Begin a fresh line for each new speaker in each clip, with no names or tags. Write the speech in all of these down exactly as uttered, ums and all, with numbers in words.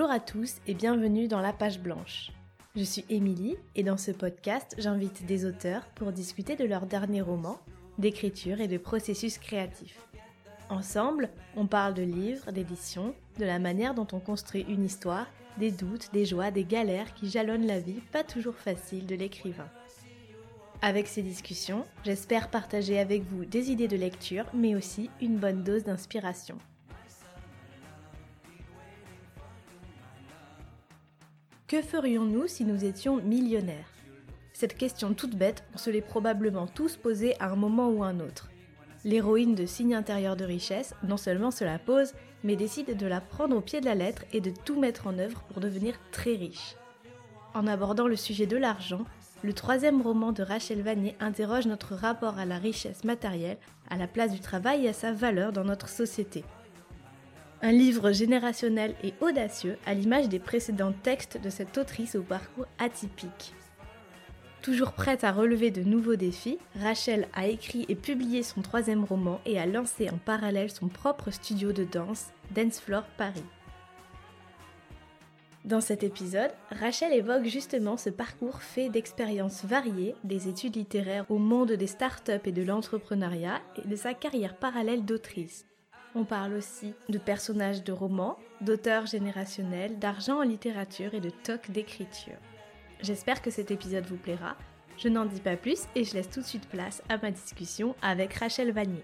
Bonjour à tous et bienvenue dans La Page Blanche. Je suis Émilie et dans ce podcast, j'invite des auteurs pour discuter de leurs derniers romans, d'écriture et de processus créatifs. Ensemble, on parle de livres, d'édition, de la manière dont on construit une histoire, des doutes, des joies, des galères qui jalonnent la vie pas toujours facile de l'écrivain. Avec ces discussions, j'espère partager avec vous des idées de lecture, mais aussi une bonne dose d'inspiration. Que ferions-nous si nous étions millionnaires ? Cette question toute bête, on se l'est probablement tous posée à un moment ou un autre. L'héroïne de Signe intérieur de richesse, non seulement se la pose, mais décide de la prendre au pied de la lettre et de tout mettre en œuvre pour devenir très riche. En abordant le sujet de l'argent, le troisième roman de Rachel Vannier interroge notre rapport à la richesse matérielle, à la place du travail et à sa valeur dans notre société. Un livre générationnel et audacieux à l'image des précédents textes de cette autrice au parcours atypique. Toujours prête à relever de nouveaux défis, Rachel a écrit et publié son troisième roman et a lancé en parallèle son propre studio de danse, Dance Floor Paris. Dans cet épisode, Rachel évoque justement ce parcours fait d'expériences variées, des études littéraires au monde des startups et de l'entrepreneuriat et de sa carrière parallèle d'autrice. On parle aussi de personnages de romans, d'auteurs générationnels, d'argent en littérature et de tocs d'écriture. J'espère que cet épisode vous plaira. Je n'en dis pas plus et je laisse tout de suite place à ma discussion avec Rachel Vannier.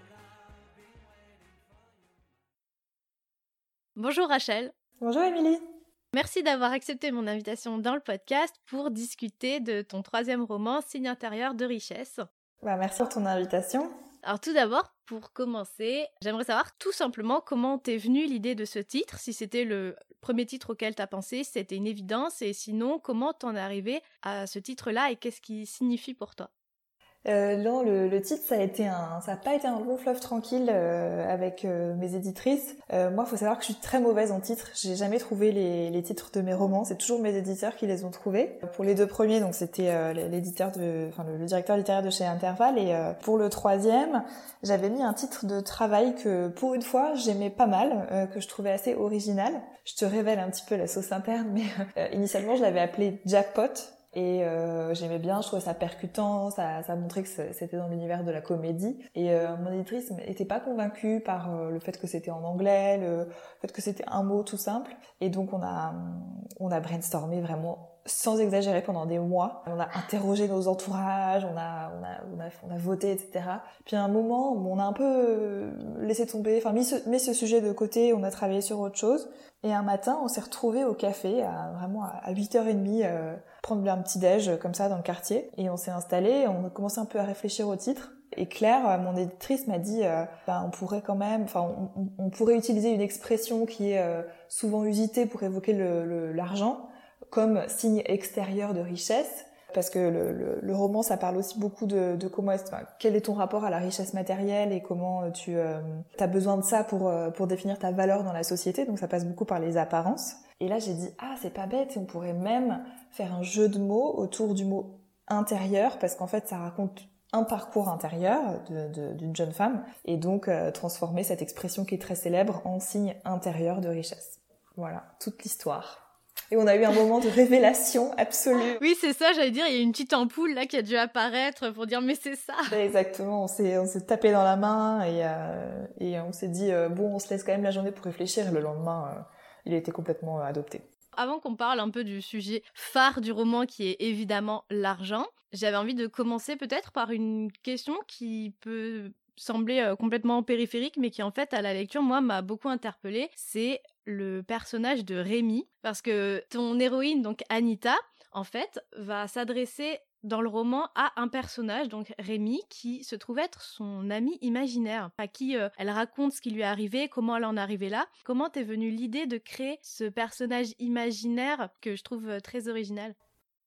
Bonjour Rachel.
Bonjour Émilie.
Merci d'avoir accepté mon invitation dans le podcast pour discuter de ton troisième roman, Signe intérieur de richesse.
Bah, merci pour ton invitation.
Alors tout d'abord, pour commencer, j'aimerais savoir tout simplement comment t'es venue l'idée de ce titre, si c'était le premier titre auquel t'as pensé, si c'était une évidence, et sinon, comment t'en es arrivée à ce titre-là et qu'est-ce qu'il signifie pour toi ?
Euh, non, le, le titre, ça a été un, ça a pas été un long fleuve tranquille euh, avec euh, mes éditrices. Euh, moi, faut savoir que je suis très mauvaise en titres. J'ai jamais trouvé les, les titres de mes romans. C'est toujours mes éditeurs qui les ont trouvés. Pour les deux premiers, donc c'était euh, l'éditeur de, enfin le, le directeur littéraire de chez Intervalle. Et euh, pour le troisième, j'avais mis un titre de travail que, pour une fois, j'aimais pas mal, euh, que je trouvais assez original. Je te révèle un petit peu la sauce interne, mais euh, initialement, je l'avais appelé Jackpot. Et euh, j'aimais bien, je trouvais ça percutant, ça, ça montrait que c'était dans l'univers de la comédie. Et euh, mon éditrice n'était pas convaincue par euh, le fait que c'était en anglais, le fait que c'était un mot tout simple. Et donc on a, on a brainstormé vraiment sans exagérer pendant des mois. On a interrogé nos entourages, on a, on a, on a, on a voté, et cetera. Puis à un moment, on a un peu laissé tomber, enfin mis ce, mis ce sujet de côté, on a travaillé sur autre chose. Et un matin, on s'est retrouvés au café, à, vraiment à huit heures trente, euh, prendre un petit déj comme ça dans le quartier. Et on s'est installés, on a commencé un peu à réfléchir au titre. Et Claire, mon éditrice, m'a dit, euh, bah, on pourrait quand même, enfin, on, on pourrait utiliser une expression qui est euh, souvent usitée pour évoquer le, le, l'argent, comme signe extérieur de richesse. Parce que le, le, le roman, ça parle aussi beaucoup de, de comment est-ce, enfin, quel est ton rapport à la richesse matérielle et comment tu euh, as besoin de ça pour, euh, pour définir ta valeur dans la société. Donc ça passe beaucoup par les apparences. Et là, j'ai dit, ah, c'est pas bête, et on pourrait même faire un jeu de mots autour du mot intérieur, parce qu'en fait, ça raconte un parcours intérieur de, de, d'une jeune femme, et donc euh, transformer cette expression qui est très célèbre en signe intérieur de richesse. Voilà, toute l'histoire. Et on a eu un moment de révélation absolue.
Oui, c'est ça, j'allais dire, il y a une petite ampoule là qui a dû apparaître pour dire mais c'est ça.
Exactement, on s'est, on s'est tapé dans la main et, euh, et on s'est dit euh, bon, on se laisse quand même la journée pour réfléchir. Et le lendemain, euh, il a été complètement euh, adopté.
Avant qu'on parle un peu du sujet phare du roman qui est évidemment l'argent, j'avais envie de commencer peut-être par une question qui peut sembler euh, complètement périphérique mais qui en fait à la lecture moi m'a beaucoup interpellée, c'est le personnage de Rémi, parce que ton héroïne donc Anita en fait va s'adresser dans le roman à un personnage, donc Rémi, qui se trouve être son ami imaginaire, à qui euh, elle raconte ce qui lui est arrivé, comment elle en est arrivée là. Comment t'es venue l'idée de créer ce personnage imaginaire que je trouve euh, très original ?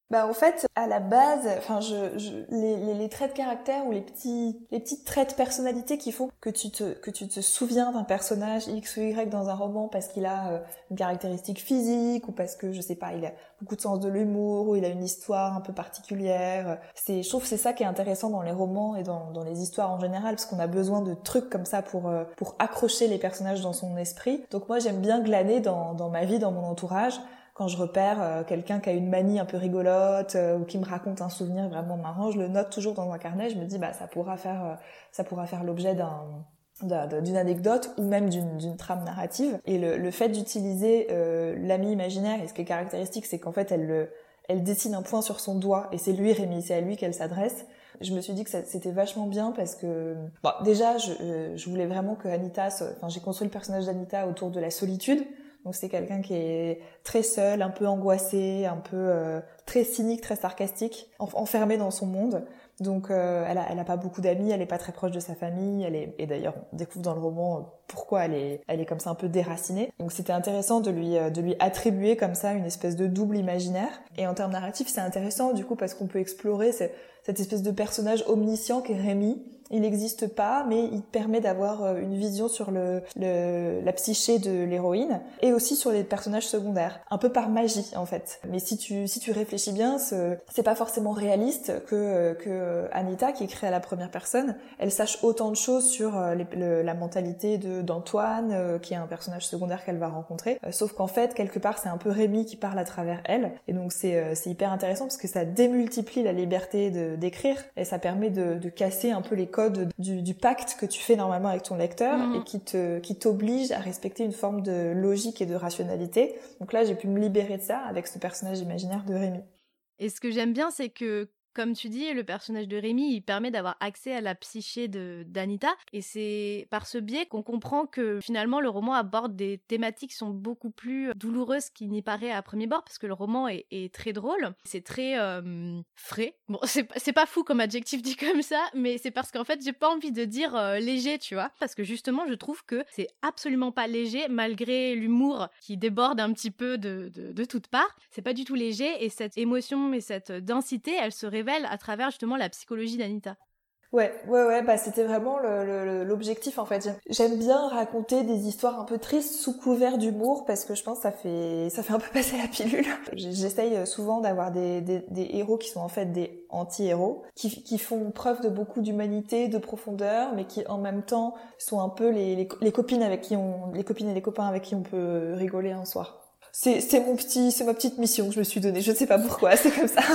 Bah en fait, à la base, enfin je, je les, les, les traits de caractère ou les petits les petits traits de personnalité qui font que tu te que tu te souviens d'un personnage X ou Y dans un roman parce qu'il a euh, une caractéristique physique ou parce que je sais pas, il a beaucoup de sens de l'humour ou il a une histoire un peu particulière. C'est je trouve que c'est ça qui est intéressant dans les romans et dans dans les histoires en général parce qu'on a besoin de trucs comme ça pour euh, pour accrocher les personnages dans son esprit. Donc moi j'aime bien glaner dans dans ma vie, dans mon entourage. Quand je repère euh, quelqu'un qui a une manie un peu rigolote euh, ou qui me raconte un souvenir vraiment marrant, je le note toujours dans un carnet. Je me dis bah ça pourra faire euh, ça pourra faire l'objet d'un, d'un d'une anecdote ou même d'une, d'une trame narrative. Et le, le fait d'utiliser euh, l'ami imaginaire, et ce qui est caractéristique, c'est qu'en fait elle le elle dessine un point sur son doigt et c'est lui Rémi, c'est à lui qu'elle s'adresse. Je me suis dit que ça, c'était vachement bien parce que bon déjà je, euh, je voulais vraiment que Anita, enfin j'ai construit le personnage d'Anita autour de la solitude. Donc c'est quelqu'un qui est très seul, un peu angoissé, un peu euh, très cynique, très sarcastique, enfermé dans son monde. Donc euh, elle a, elle a pas beaucoup d'amis, elle est pas très proche de sa famille, elle est, et d'ailleurs on découvre dans le roman pourquoi elle est, elle est comme ça un peu déracinée. Donc c'était intéressant de lui, de lui attribuer comme ça une espèce de double imaginaire. Et en termes narratifs, c'est intéressant du coup parce qu'on peut explorer cette, cette espèce de personnage omniscient qu'est Rémi. Il n'existe pas, mais il permet d'avoir une vision sur le, le, la psyché de l'héroïne et aussi sur les personnages secondaires, un peu par magie en fait. Mais si tu si tu réfléchis bien, ce, c'est pas forcément réaliste que que Anita, qui est créée à la première personne, elle sache autant de choses sur les, le, la mentalité de d'Antoine, euh, qui est un personnage secondaire qu'elle va rencontrer. Euh, sauf qu'en fait, quelque part, c'est un peu Rémi qui parle à travers elle, et donc c'est euh, c'est hyper intéressant parce que ça démultiplie la liberté de d'écrire et ça permet de, de casser un peu les Du, du pacte que tu fais normalement avec ton lecteur mmh. et qui te qui t'oblige à respecter une forme de logique et de rationalité. Donc là, j'ai pu me libérer de ça avec ce personnage imaginaire de Rémi.
Et ce que j'aime bien, c'est que, comme tu dis, le personnage de Rémi, il permet d'avoir accès à la psyché de, d'Anita. Et c'est par ce biais qu'on comprend que finalement, le roman aborde des thématiques qui sont beaucoup plus douloureuses qu'il n'y paraît à premier bord, parce que le roman est, est très drôle. C'est très euh, frais. Bon, c'est, c'est pas fou comme adjectif dit comme ça, mais c'est parce qu'en fait, j'ai pas envie de dire euh, léger, tu vois. Parce que justement, je trouve que c'est absolument pas léger, malgré l'humour qui déborde un petit peu de, de, de toutes parts. C'est pas du tout léger, et cette émotion et cette densité, elle se révèle à travers justement la psychologie d'Anita.
Ouais, ouais, ouais, bah c'était vraiment le, le, l'objectif en fait. J'aime, j'aime bien raconter des histoires un peu tristes sous couvert d'humour parce que je pense que ça fait, ça fait un peu passer la pilule. J'essaye souvent d'avoir des, des, des héros qui sont en fait des anti-héros, qui, qui font preuve de beaucoup d'humanité, de profondeur, mais qui en même temps sont un peu les, les, les copines avec qui on, les copines et les copains avec qui on peut rigoler un soir. C'est, c'est mon petit, c'est ma petite mission que je me suis donnée. Je ne sais pas pourquoi, c'est comme ça.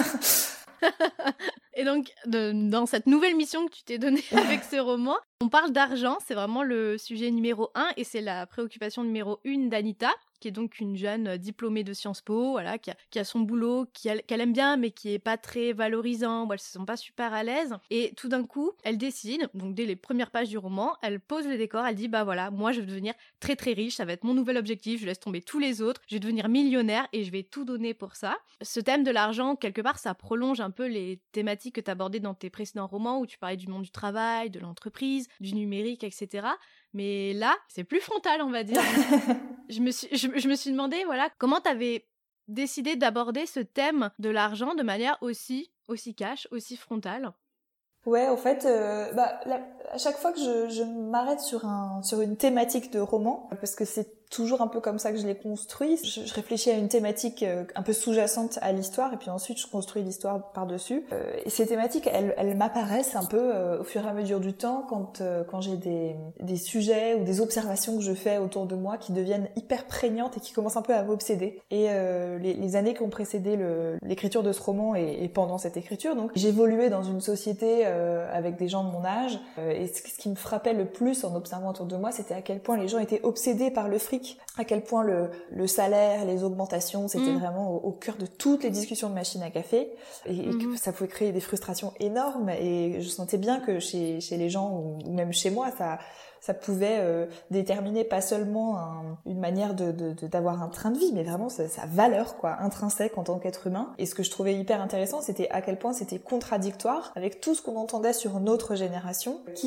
Et donc, de, dans cette nouvelle mission que tu t'es donnée avec ce roman, on parle d'argent, c'est vraiment le sujet numéro un et c'est la préoccupation numéro une d'Anita, qui est donc une jeune diplômée de Sciences Po, voilà, qui a, qui a son boulot, qui a, qu'elle aime bien, mais qui est pas très valorisant, où elle se sent pas super à l'aise. Et tout d'un coup, elle décide, donc dès les premières pages du roman, elle pose le décor, elle dit, bah voilà, moi je vais devenir très très riche, ça va être mon nouvel objectif, je laisse tomber tous les autres, je vais devenir millionnaire et je vais tout donner pour ça. Ce thème de l'argent, quelque part, ça prolonge un peu les thématiques que tu abordais dans tes précédents romans, où tu parlais du monde du travail, de l'entreprise, du numérique, et cetera. Mais là, c'est plus frontal, on va dire. je, me suis, je, je me suis demandé, voilà, comment t'avais décidé d'aborder ce thème de l'argent de manière aussi, aussi cash, aussi frontale.
Ouais, en fait, euh, bah, là, à chaque fois que je, je m'arrête sur un, sur une thématique de roman, parce que c'est toujours un peu comme ça que je l'ai construit. Je, je réfléchis à une thématique euh, un peu sous-jacente à l'histoire, et puis ensuite je construis l'histoire par-dessus. Euh, et ces thématiques, elles, elles m'apparaissent un peu euh, au fur et à mesure du temps, quand, euh, quand j'ai des, des sujets ou des observations que je fais autour de moi qui deviennent hyper prégnantes et qui commencent un peu à m'obséder. Et euh, les, les années qui ont précédé le, l'écriture de ce roman et, et pendant cette écriture, donc j'évoluais dans une société euh, avec des gens de mon âge, euh, et ce, ce qui me frappait le plus en observant autour de moi, c'était à quel point les gens étaient obsédés par le fric, à quel point le, le salaire, les augmentations, c'était mmh. vraiment au, au cœur de toutes les discussions de machine à café, et, mmh. et que ça pouvait créer des frustrations énormes, et je sentais bien que chez, chez les gens, ou, ou même chez moi, ça... ça pouvait euh, déterminer pas seulement un, une manière de, de, de, d'avoir un train de vie, mais vraiment sa, sa valeur quoi, intrinsèque en tant qu'être humain. Et ce que je trouvais hyper intéressant, c'était à quel point c'était contradictoire avec tout ce qu'on entendait sur notre génération, qui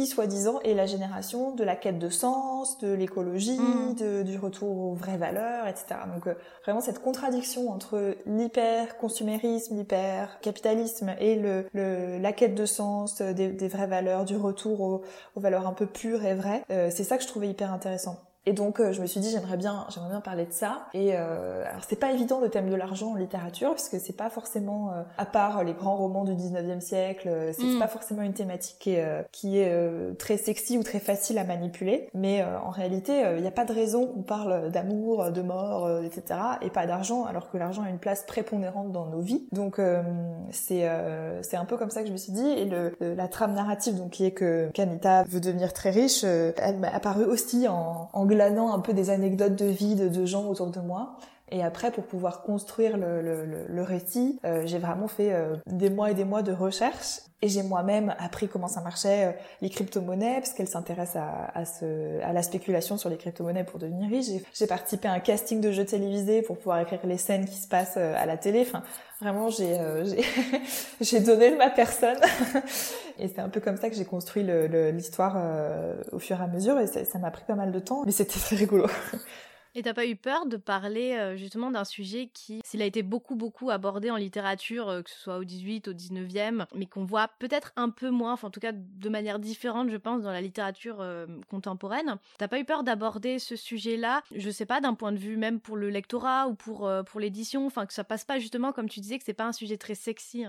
soi-disant, est la génération de la quête de sens, de l'écologie, mmh. de, du retour aux vraies valeurs, et cetera. Donc euh, vraiment cette contradiction entre l'hyper-consumérisme, l'hyper-capitalisme et le, le, la quête de sens, des, des vraies valeurs, du retour aux, aux valeurs un peu pures et vraies, euh, c'est ça que je trouvais hyper intéressant. Et donc euh, je me suis dit j'aimerais bien j'aimerais bien parler de ça. Et euh, alors c'est pas évident le thème de l'argent en littérature parce que c'est pas forcément euh, à part les grands romans du dix-neuvième siècle, euh, c'est, mm. c'est pas forcément une thématique qui est, euh, qui est euh, très sexy ou très facile à manipuler. Mais euh, en réalité il euh, y a pas de raison qu'on parle d'amour, de mort, euh, et cetera et pas d'argent alors que l'argent a une place prépondérante dans nos vies. Donc euh, c'est euh, c'est un peu comme ça que je me suis dit. Et le, le la trame narrative donc qui est que qu'Anita veut devenir très riche, euh, elle m'a apparu aussi en, en glanant un peu des anecdotes de vie de, de gens autour de moi. Et après, pour pouvoir construire le, le, le, le récit, euh, j'ai vraiment fait euh, des mois et des mois de recherche. Et j'ai moi-même appris comment ça marchait, euh, les crypto-monnaies, parce qu'elle s'intéresse à, à, ce, à la spéculation sur les crypto-monnaies pour devenir riche. J'ai, j'ai participé à un casting de jeux télévisés pour pouvoir écrire les scènes qui se passent euh, à la télé. Enfin, vraiment, j'ai, euh, j'ai, j'ai donné de ma personne. Et c'est un peu comme ça que j'ai construit le, le, l'histoire euh, au fur et à mesure. Et ça, ça m'a pris pas mal de temps, mais c'était très rigolo.
Et t'as pas eu peur de parler euh, justement d'un sujet qui, s'il a été beaucoup beaucoup abordé en littérature, euh, que ce soit au dix-huit, au dix-neuvième, mais qu'on voit peut-être un peu moins, enfin en tout cas de manière différente, je pense, dans la littérature euh, contemporaine. T'as pas eu peur d'aborder ce sujet-là, je sais pas, d'un point de vue même pour le lectorat ou pour, euh, pour l'édition, enfin que ça passe pas justement, comme tu disais, que c'est pas un sujet très sexy.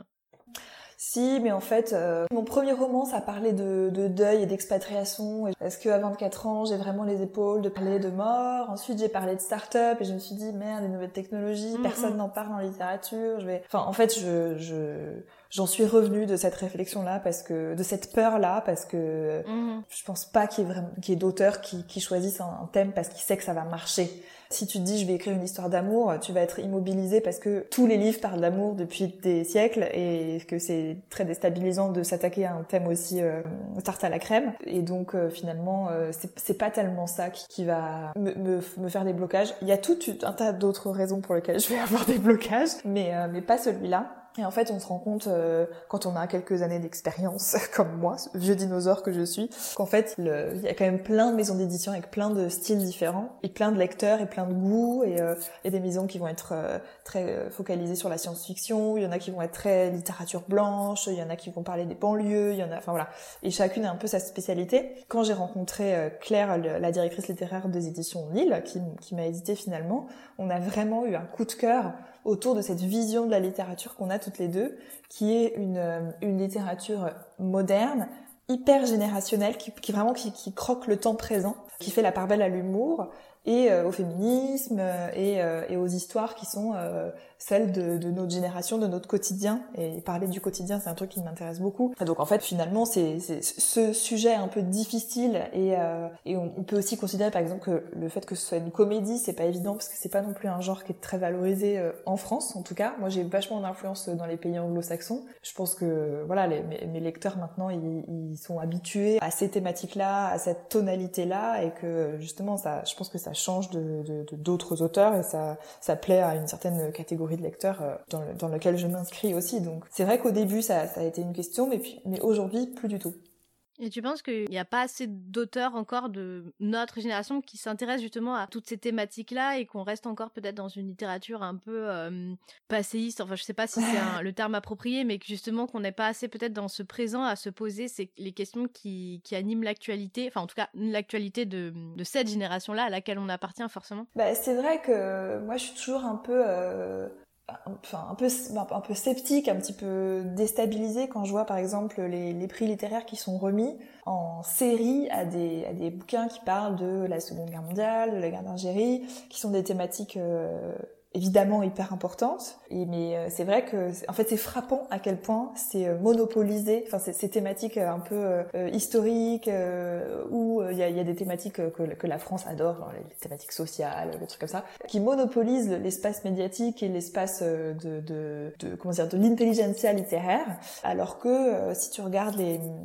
Si, mais en fait, euh, mon premier roman, ça parlait de, de deuil et d'expatriation. Est-ce qu'à vingt-quatre ans, j'ai vraiment les épaules de parler de mort? Ensuite, j'ai parlé de start-up et je me suis dit, merde, les nouvelles technologies, mm-hmm. personne n'en parle en littérature. Je vais... Enfin, en fait, je, je, j'en suis revenue de cette réflexion-là, parce que, de cette peur-là, parce que mm-hmm. je pense pas qu'il y ait vraiment, qu'il y ait d'auteurs qui, qui choisissent un, un thème parce qu'ils savent que ça va marcher. Si tu te dis je vais écrire une histoire d'amour, tu vas être immobilisé parce que tous les livres parlent d'amour depuis des siècles et que c'est très déstabilisant de s'attaquer à un thème aussi euh, tarte à la crème. Et donc euh, finalement, euh, c'est, c'est pas tellement ça qui, qui va me, me, me faire des blocages. Il y a tout un tas d'autres raisons pour lesquelles je vais avoir des blocages, mais, euh, mais pas celui-là. Et en fait, on se rend compte, euh, quand on a quelques années d'expérience, comme moi, ce vieux dinosaure que je suis, qu'en fait, le, il y a quand même plein de maisons d'édition avec plein de styles différents, et plein de lecteurs, et plein de goûts, et, euh, et des maisons qui vont être euh, très focalisées sur la science-fiction, il y en a qui vont être très littérature blanche, il y en a qui vont parler des banlieues, il y en a, enfin voilà. Et chacune a un peu sa spécialité. Quand j'ai rencontré euh, Claire, le, la directrice littéraire des éditions Lille, qui, qui m'a édité finalement, on a vraiment eu un coup de cœur autour de cette vision de la littérature qu'on a toutes les deux, qui est une, une littérature moderne, hyper générationnelle, qui, qui vraiment qui, qui croque le temps présent, qui fait la part belle à l'humour et euh, au féminisme et, euh, et aux histoires qui sont euh, celles de, de notre génération, de notre quotidien. Et parler du quotidien, c'est un truc qui m'intéresse beaucoup. Et donc en fait, finalement, c'est, c'est ce sujet un peu difficile et, euh, et on, on peut aussi considérer par exemple que le fait que ce soit une comédie, c'est pas évident parce que c'est pas non plus un genre qui est très valorisé euh, en France, en tout cas. Moi, j'ai vachement d'influence dans les pays anglo-saxons. Je pense que voilà, les, mes, mes lecteurs maintenant, ils, ils sont habitués à ces thématiques-là, à cette tonalité-là, et que justement, ça, je pense que ça change de, de, de d'autres auteurs et ça, ça plaît à une certaine catégorie de lecteurs euh, dans, le, dans lequel je m'inscris aussi. Donc c'est vrai qu'au début ça, ça a été une question, mais, puis, mais aujourd'hui plus du tout.
Et tu penses qu'il n'y a pas assez d'auteurs encore de notre génération qui s'intéressent justement à toutes ces thématiques-là et qu'on reste encore peut-être dans une littérature un peu euh, passéiste, enfin je sais pas si c'est un, le terme approprié, mais que justement qu'on n'est pas assez peut-être dans ce présent à se poser c'est les questions qui, qui animent l'actualité, enfin en tout cas l'actualité de, de cette génération-là à laquelle on appartient forcément.
Bah, c'est vrai que moi je suis toujours un peu... Euh... enfin un peu un peu sceptique, un petit peu déstabilisée quand je vois par exemple les, les prix littéraires qui sont remis en série à des à des bouquins qui parlent de la Seconde Guerre mondiale, de la guerre d'Algérie, qui sont des thématiques euh, évidemment hyper importante. Et mais euh, c'est vrai que en fait c'est frappant à quel point c'est euh, monopolisé. Enfin c'est ces thématiques euh, un peu euh, historiques euh, où il euh, y, a, y a des thématiques que, que la France adore, genre les, les thématiques sociales, les trucs comme ça, qui monopolisent l'espace médiatique et l'espace euh, de, de, de comment dire de l'intelligentsia littéraire. Alors que euh, si tu regardes les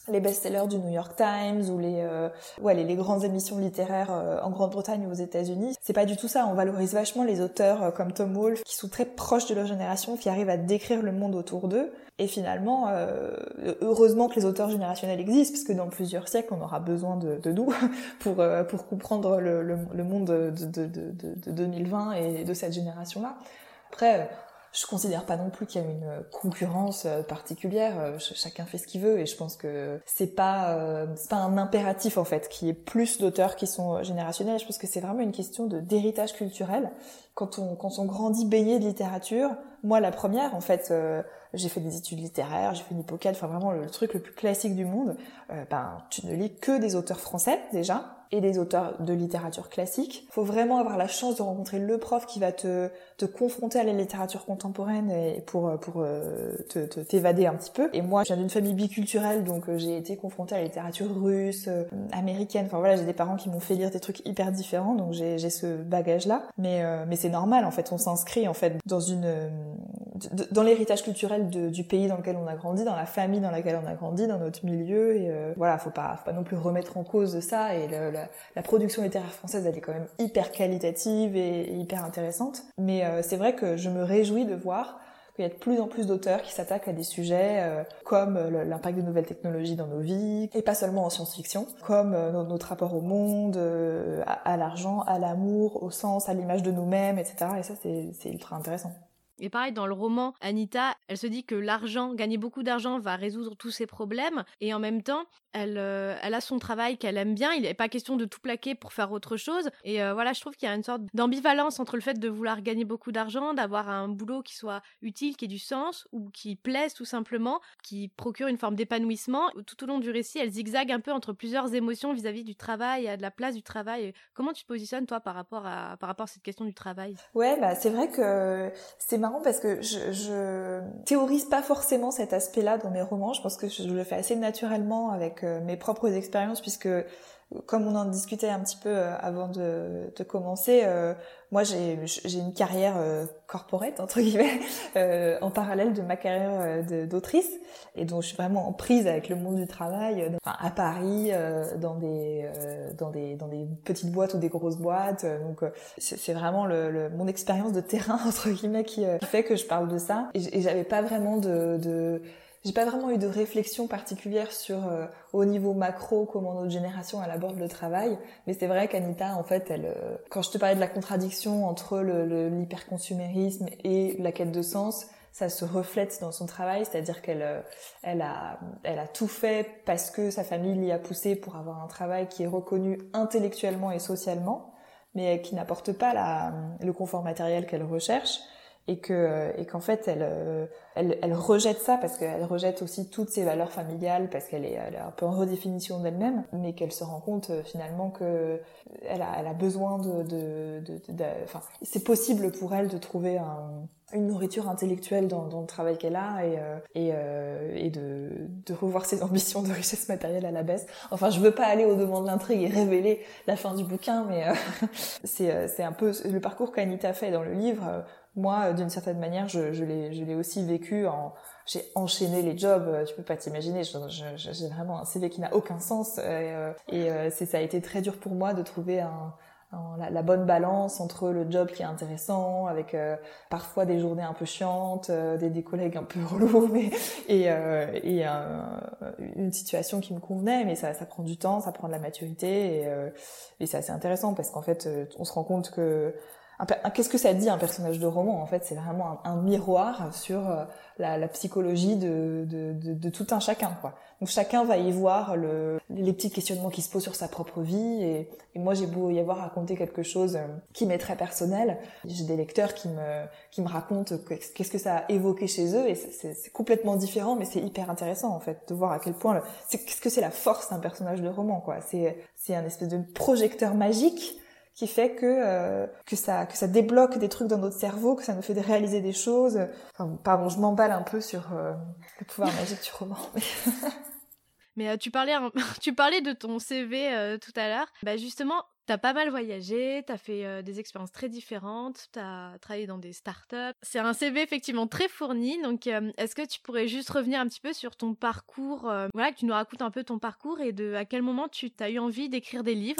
les best-sellers du New York Times ou les, euh, ouais, les, les grandes émissions littéraires euh, en Grande-Bretagne ou aux États-Unis. C'est pas du tout ça. On valorise vachement les auteurs euh, comme Tom Wolfe, qui sont très proches de leur génération, qui arrivent à décrire le monde autour d'eux. Et finalement, euh, heureusement que les auteurs générationnels existent, parce que dans plusieurs siècles, on aura besoin de, de nous pour, euh, pour comprendre le, le, le monde de, de, de, de, de deux mille vingt et de cette génération-là. Après, je considère pas non plus qu'il y a une concurrence particulière. Ch- chacun fait ce qu'il veut et je pense que c'est pas euh, c'est pas un impératif en fait qu'il y ait plus d'auteurs qui sont générationnels. Je pense que c'est vraiment une question de d'héritage culturel. Quand on quand on grandit baigné de littérature, moi la première en fait, euh, j'ai fait des études littéraires, j'ai fait une Hippocane, enfin vraiment le, le truc le plus classique du monde. Euh, ben tu ne lis que des auteurs français déjà et des auteurs de littérature classique. Faut vraiment avoir la chance de rencontrer le prof qui va te te confronter à la littérature contemporaine et pour pour euh, te, te t'évader un petit peu. Et moi, je viens d'une famille biculturelle, donc euh, j'ai été confrontée à la littérature russe, euh, américaine. Enfin voilà, j'ai des parents qui m'ont fait lire des trucs hyper différents, donc j'ai j'ai ce bagage-là. Mais euh, mais c'est normal en fait, on s'inscrit en fait dans une euh, dans l'héritage culturel de, du pays dans lequel on a grandi, dans la famille dans laquelle on a grandi, dans notre milieu. Et euh, voilà, faut pas faut pas non plus remettre en cause ça. Et le, la, la production littéraire française, elle est quand même hyper qualitative et, et hyper intéressante. Mais euh, c'est vrai que je me réjouis de voir qu'il y a de plus en plus d'auteurs qui s'attaquent à des sujets euh, comme euh, l'impact des nouvelles technologies dans nos vies, et pas seulement en science-fiction, comme euh, notre rapport au monde, euh, à, à l'argent, à l'amour, au sens, à l'image de nous-mêmes, et cetera. Et ça, c'est, c'est ultra intéressant.
Et pareil, dans le roman, Anita, elle se dit que l'argent, gagner beaucoup d'argent va résoudre tous ses problèmes. Et en même temps, elle, euh, elle a son travail qu'elle aime bien. Il n'est pas question de tout plaquer pour faire autre chose. Et euh, voilà, je trouve qu'il y a une sorte d'ambivalence entre le fait de vouloir gagner beaucoup d'argent, d'avoir un boulot qui soit utile, qui ait du sens, ou qui plaise tout simplement, qui procure une forme d'épanouissement. Tout au long du récit, elle zigzague un peu entre plusieurs émotions vis-à-vis du travail et de la place du travail. Comment tu te positionnes, toi, par rapport à, par rapport à cette question du travail ?
Ouais, bah c'est vrai que c'est marrant parce que je, je théorise pas forcément cet aspect-là dans mes romans. Je pense que je le fais assez naturellement avec euh, mes propres expériences, puisque comme on en discutait un petit peu euh, avant de, de commencer, euh, moi j'ai, j'ai une carrière euh, corporate entre guillemets euh, en parallèle de ma carrière euh, de, d'autrice, et donc je suis vraiment en prise avec le monde du travail, euh, enfin, à Paris, euh, dans des euh, dans des dans des petites boîtes ou des grosses boîtes. Euh, donc euh, c'est, c'est vraiment le, le mon expérience de terrain entre guillemets qui, euh, qui fait que je parle de ça. Et, et j'avais pas vraiment de, de J'ai pas vraiment eu de réflexion particulière sur euh, au niveau macro comment notre génération elle aborde le travail, mais c'est vrai qu'Anita en fait elle euh, quand je te parlais de la contradiction entre le, le l'hyperconsumérisme et la quête de sens, ça se reflète dans son travail, c'est-à-dire qu'elle euh, elle a elle a tout fait parce que sa famille l'y a poussée pour avoir un travail qui est reconnu intellectuellement et socialement, mais qui n'apporte pas la le confort matériel qu'elle recherche. Et que et qu'en fait elle elle elle rejette ça parce qu'elle rejette aussi toutes ses valeurs familiales, parce qu'elle est elle est un peu en redéfinition d'elle-même, mais qu'elle se rend compte finalement que elle a elle a besoin de de de, de, de enfin c'est possible pour elle de trouver un une nourriture intellectuelle dans, dans le travail qu'elle a, et euh, et euh, et de de revoir ses ambitions de richesse matérielle à la baisse. Enfin, je veux pas aller au-devant de l'intrigue et révéler la fin du bouquin, mais euh, c'est c'est un peu le parcours qu'Anita fait dans le livre. Moi, d'une certaine manière, je, je l'ai, je l'ai aussi vécu en, j'ai enchaîné les jobs. Tu peux pas t'imaginer. Je, je, j'ai vraiment un C V qui n'a aucun sens, et, et c'est, ça a été très dur pour moi de trouver un, un, la, la bonne balance entre le job qui est intéressant, avec euh, parfois des journées un peu chiantes, euh, des, des collègues un peu relous, mais et, euh, et un, une situation qui me convenait. Mais ça, ça prend du temps, ça prend de la maturité, et, euh, et c'est assez intéressant parce qu'en fait, on se rend compte que Un, un, qu'est-ce que ça dit un personnage de roman ? En fait, c'est vraiment un, un miroir sur euh, la, la psychologie de, de, de, de tout un chacun, quoi. Donc chacun va y voir le, les petits questionnements qui se posent sur sa propre vie. Et, et moi, j'ai beau y avoir raconté quelque chose euh, qui m'est très personnel, j'ai des lecteurs qui me qui me racontent qu'est-ce que ça a évoqué chez eux, et c'est, c'est, c'est complètement différent, mais c'est hyper intéressant en fait de voir à quel point le, c'est, qu'est-ce que c'est la force d'un personnage de roman, quoi. C'est c'est un espèce de projecteur magique qui fait que euh, que ça que ça débloque des trucs dans notre cerveau, que ça nous fait réaliser des choses. Enfin, pardon, je m'emballe un peu sur euh, le pouvoir magique du roman.
Mais euh, tu parlais tu parlais de ton C V euh, tout à l'heure. Bah justement, T'as pas mal voyagé, t'as fait euh, des expériences très différentes, t'as travaillé dans des startups. C'est un C V effectivement très fourni, donc euh, est-ce que tu pourrais juste revenir un petit peu sur ton parcours, euh, voilà, que tu nous racontes un peu ton parcours et de à quel moment tu t'as eu envie d'écrire des livres?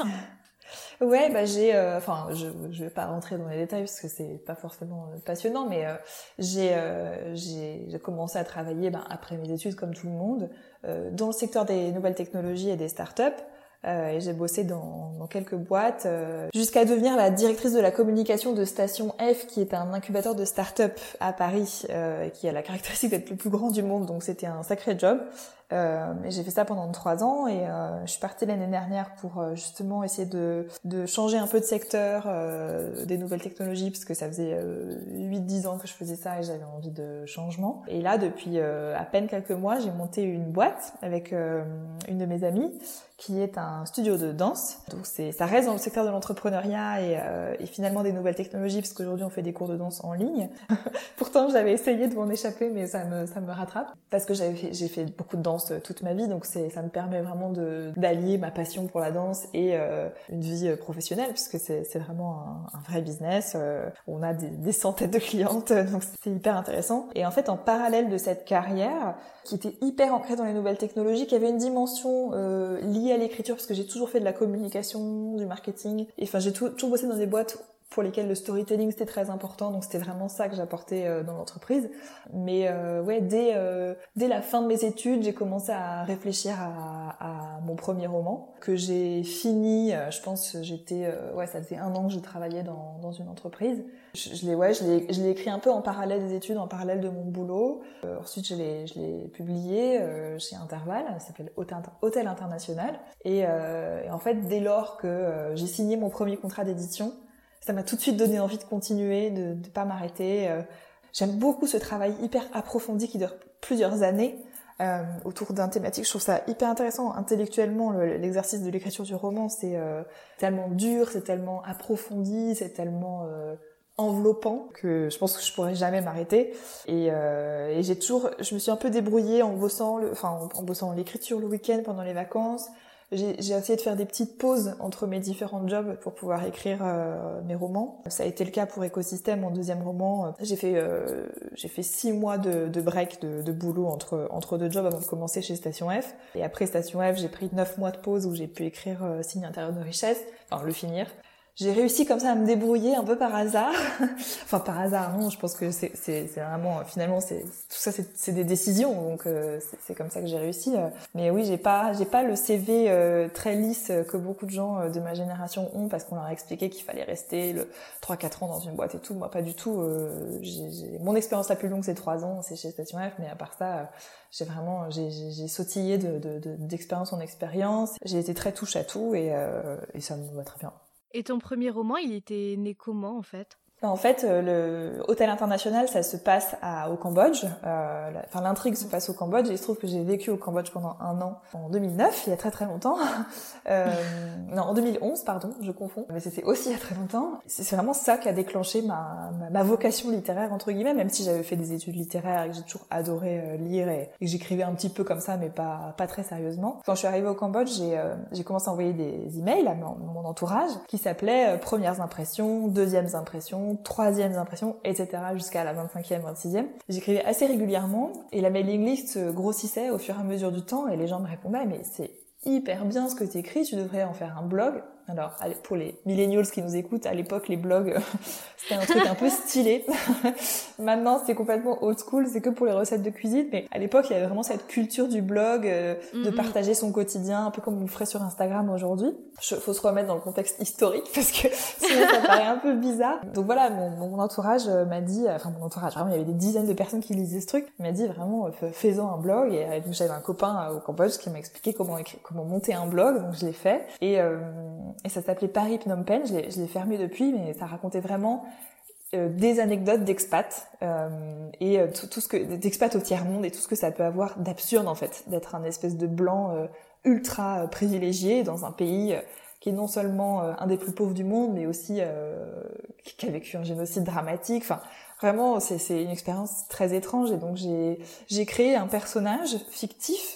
Ouais, bah j'ai, euh, enfin, je je vais pas rentrer dans les détails parce que c'est pas forcément euh, passionnant, mais euh, j'ai euh, j'ai j'ai commencé à travailler, ben, après mes études comme tout le monde, euh, dans le secteur des nouvelles technologies et des startups. Euh, et j'ai bossé dans, dans quelques boîtes euh, jusqu'à devenir la directrice de la communication de Station F, qui est un incubateur de start-up à Paris, euh, qui a la caractéristique d'être le plus grand du monde, donc c'était un sacré job. Euh, et j'ai fait ça pendant trois ans et euh, je suis partie l'année dernière pour euh, justement essayer de, de changer un peu de secteur euh, des nouvelles technologies, parce que ça faisait euh, huit dix ans que je faisais ça et j'avais envie de changement. Et là, depuis euh, à peine quelques mois, j'ai monté une boîte avec euh, une de mes amies qui est un studio de danse. Donc c'est, ça reste dans le secteur de l'entrepreneuriat et, euh, et finalement des nouvelles technologies, parce qu'aujourd'hui on fait des cours de danse en ligne. Pourtant j'avais essayé de m'en échapper, mais ça me, ça me rattrape. Parce que j'avais fait, j'ai fait beaucoup de danse toute ma vie, donc c'est, ça me permet vraiment de, d'allier ma passion pour la danse et euh, une vie professionnelle, puisque c'est, c'est vraiment un, un vrai business. Euh, on a des, des centaines de clientes, donc c'est hyper intéressant. Et en fait, en parallèle de cette carrière, qui était hyper ancrée dans les nouvelles technologies, qui avait une dimension euh, liée à l'écriture, parce que j'ai toujours fait de la communication, du marketing, et enfin j'ai tout, toujours bossé dans des boîtes pour lesquelles le storytelling c'était très important, donc c'était vraiment ça que j'apportais euh, dans l'entreprise. Mais euh, ouais, dès euh, dès la fin de mes études, j'ai commencé à réfléchir à, à mon premier roman que j'ai fini. Euh, je pense j'étais euh, ouais, ça faisait un an que je travaillais dans dans une entreprise. Je, je l'ai ouais, je l'ai je l'ai écrit un peu en parallèle des études, en parallèle de mon boulot. Euh, ensuite, je l'ai je l'ai publié euh, chez Interval, ça s'appelle Hôtel International. Et, euh, et en fait, dès lors que euh, j'ai signé mon premier contrat d'édition, ça m'a tout de suite donné envie de continuer, de ne pas m'arrêter. Euh, j'aime beaucoup ce travail hyper approfondi qui dure plusieurs années euh, autour d'un thématique. Je trouve ça hyper intéressant. Intellectuellement, le, l'exercice de l'écriture du roman, c'est euh, tellement dur, c'est tellement approfondi, c'est tellement euh, enveloppant que je pense que je pourrais jamais m'arrêter. Et, euh, et j'ai toujours, je me suis un peu débrouillée en bossant, le, enfin en, en bossant l'écriture le week-end pendant les vacances. J'ai, j'ai essayé de faire des petites pauses entre mes différents jobs pour pouvoir écrire euh, mes romans. Ça a été le cas pour Écosystème, mon deuxième roman. J'ai fait euh, j'ai fait six mois de, de break de, de boulot entre entre deux jobs avant de commencer chez Station F. Et après Station F, j'ai pris neuf mois de pause où j'ai pu écrire euh, Signe intérieur de richesse, enfin le finir. J'ai réussi comme ça à me débrouiller un peu par hasard. Enfin par hasard, non, je pense que c'est c'est c'est vraiment finalement c'est tout ça c'est c'est des décisions, donc euh, c'est c'est comme ça que j'ai réussi. Mais oui, j'ai pas j'ai pas le C V euh, très lisse que beaucoup de gens euh, de ma génération ont, parce qu'on leur a expliqué qu'il fallait rester le trois quatre ans dans une boîte et tout. Moi pas du tout. Euh, j'ai, j'ai mon expérience la plus longue c'est trois ans, c'est chez Station F, mais à part ça euh, j'ai vraiment j'ai j'ai, j'ai sautillé de, de de d'expérience en expérience. J'ai été très touche à tout et euh, et ça me va très bien.
Et ton premier roman, il était né comment en fait ?
En fait, le Hôtel International, ça se passe à, au Cambodge. Euh, la, enfin, l'intrigue se passe au Cambodge. Et il se trouve que j'ai vécu au Cambodge pendant un an, en deux mille neuf, il y a très très longtemps. Euh, non, en deux mille onze, pardon, je confonds. Mais c'était aussi il y a très longtemps. C'est vraiment ça qui a déclenché ma, ma, ma vocation littéraire, entre guillemets, même si j'avais fait des études littéraires et que j'ai toujours adoré euh, lire et, et que j'écrivais un petit peu comme ça, mais pas, pas très sérieusement. Quand je suis arrivée au Cambodge, j'ai, euh, j'ai commencé à envoyer des emails à mon, mon entourage qui s'appelaient euh, Premières impressions, Deuxièmes impressions, troisième impression, et cetera jusqu'à la vingt-cinquième, vingt-sixième. J'écrivais assez régulièrement et la mailing list grossissait au fur et à mesure du temps et les gens me répondaient mais c'est hyper bien ce que tu écris, tu devrais en faire un blog. Alors, pour les millennials qui nous écoutent, à l'époque, les blogs, c'était un truc un peu stylé. Maintenant, c'est complètement old school, c'est que pour les recettes de cuisine. Mais à l'époque, il y avait vraiment cette culture du blog, euh, mm-hmm. de partager son quotidien, un peu comme on le ferait sur Instagram aujourd'hui. Il faut se remettre dans le contexte historique, parce que sinon ça paraît un peu bizarre. Donc voilà, mon, mon entourage m'a dit, enfin mon entourage, vraiment, il y avait des dizaines de personnes qui lisaient ce truc, il m'a dit vraiment, fais-en un blog. Et donc j'avais un copain au Cambodge qui m'a expliqué comment écrire, comment monter un blog, donc je l'ai fait. Et... Euh, Et ça s'appelait Paris Phnom Penh, je l'ai, je l'ai fermé depuis, mais ça racontait vraiment euh, des anecdotes d'expats euh, et euh, tout, tout ce que d'expats au tiers-monde et tout ce que ça peut avoir d'absurde en fait, d'être un espèce de blanc euh, ultra euh, privilégié dans un pays euh, qui est non seulement euh, un des plus pauvres du monde, mais aussi euh, qui a vécu un génocide dramatique. Enfin, vraiment, c'est, c'est une expérience très étrange. Et donc j'ai j'ai créé un personnage fictif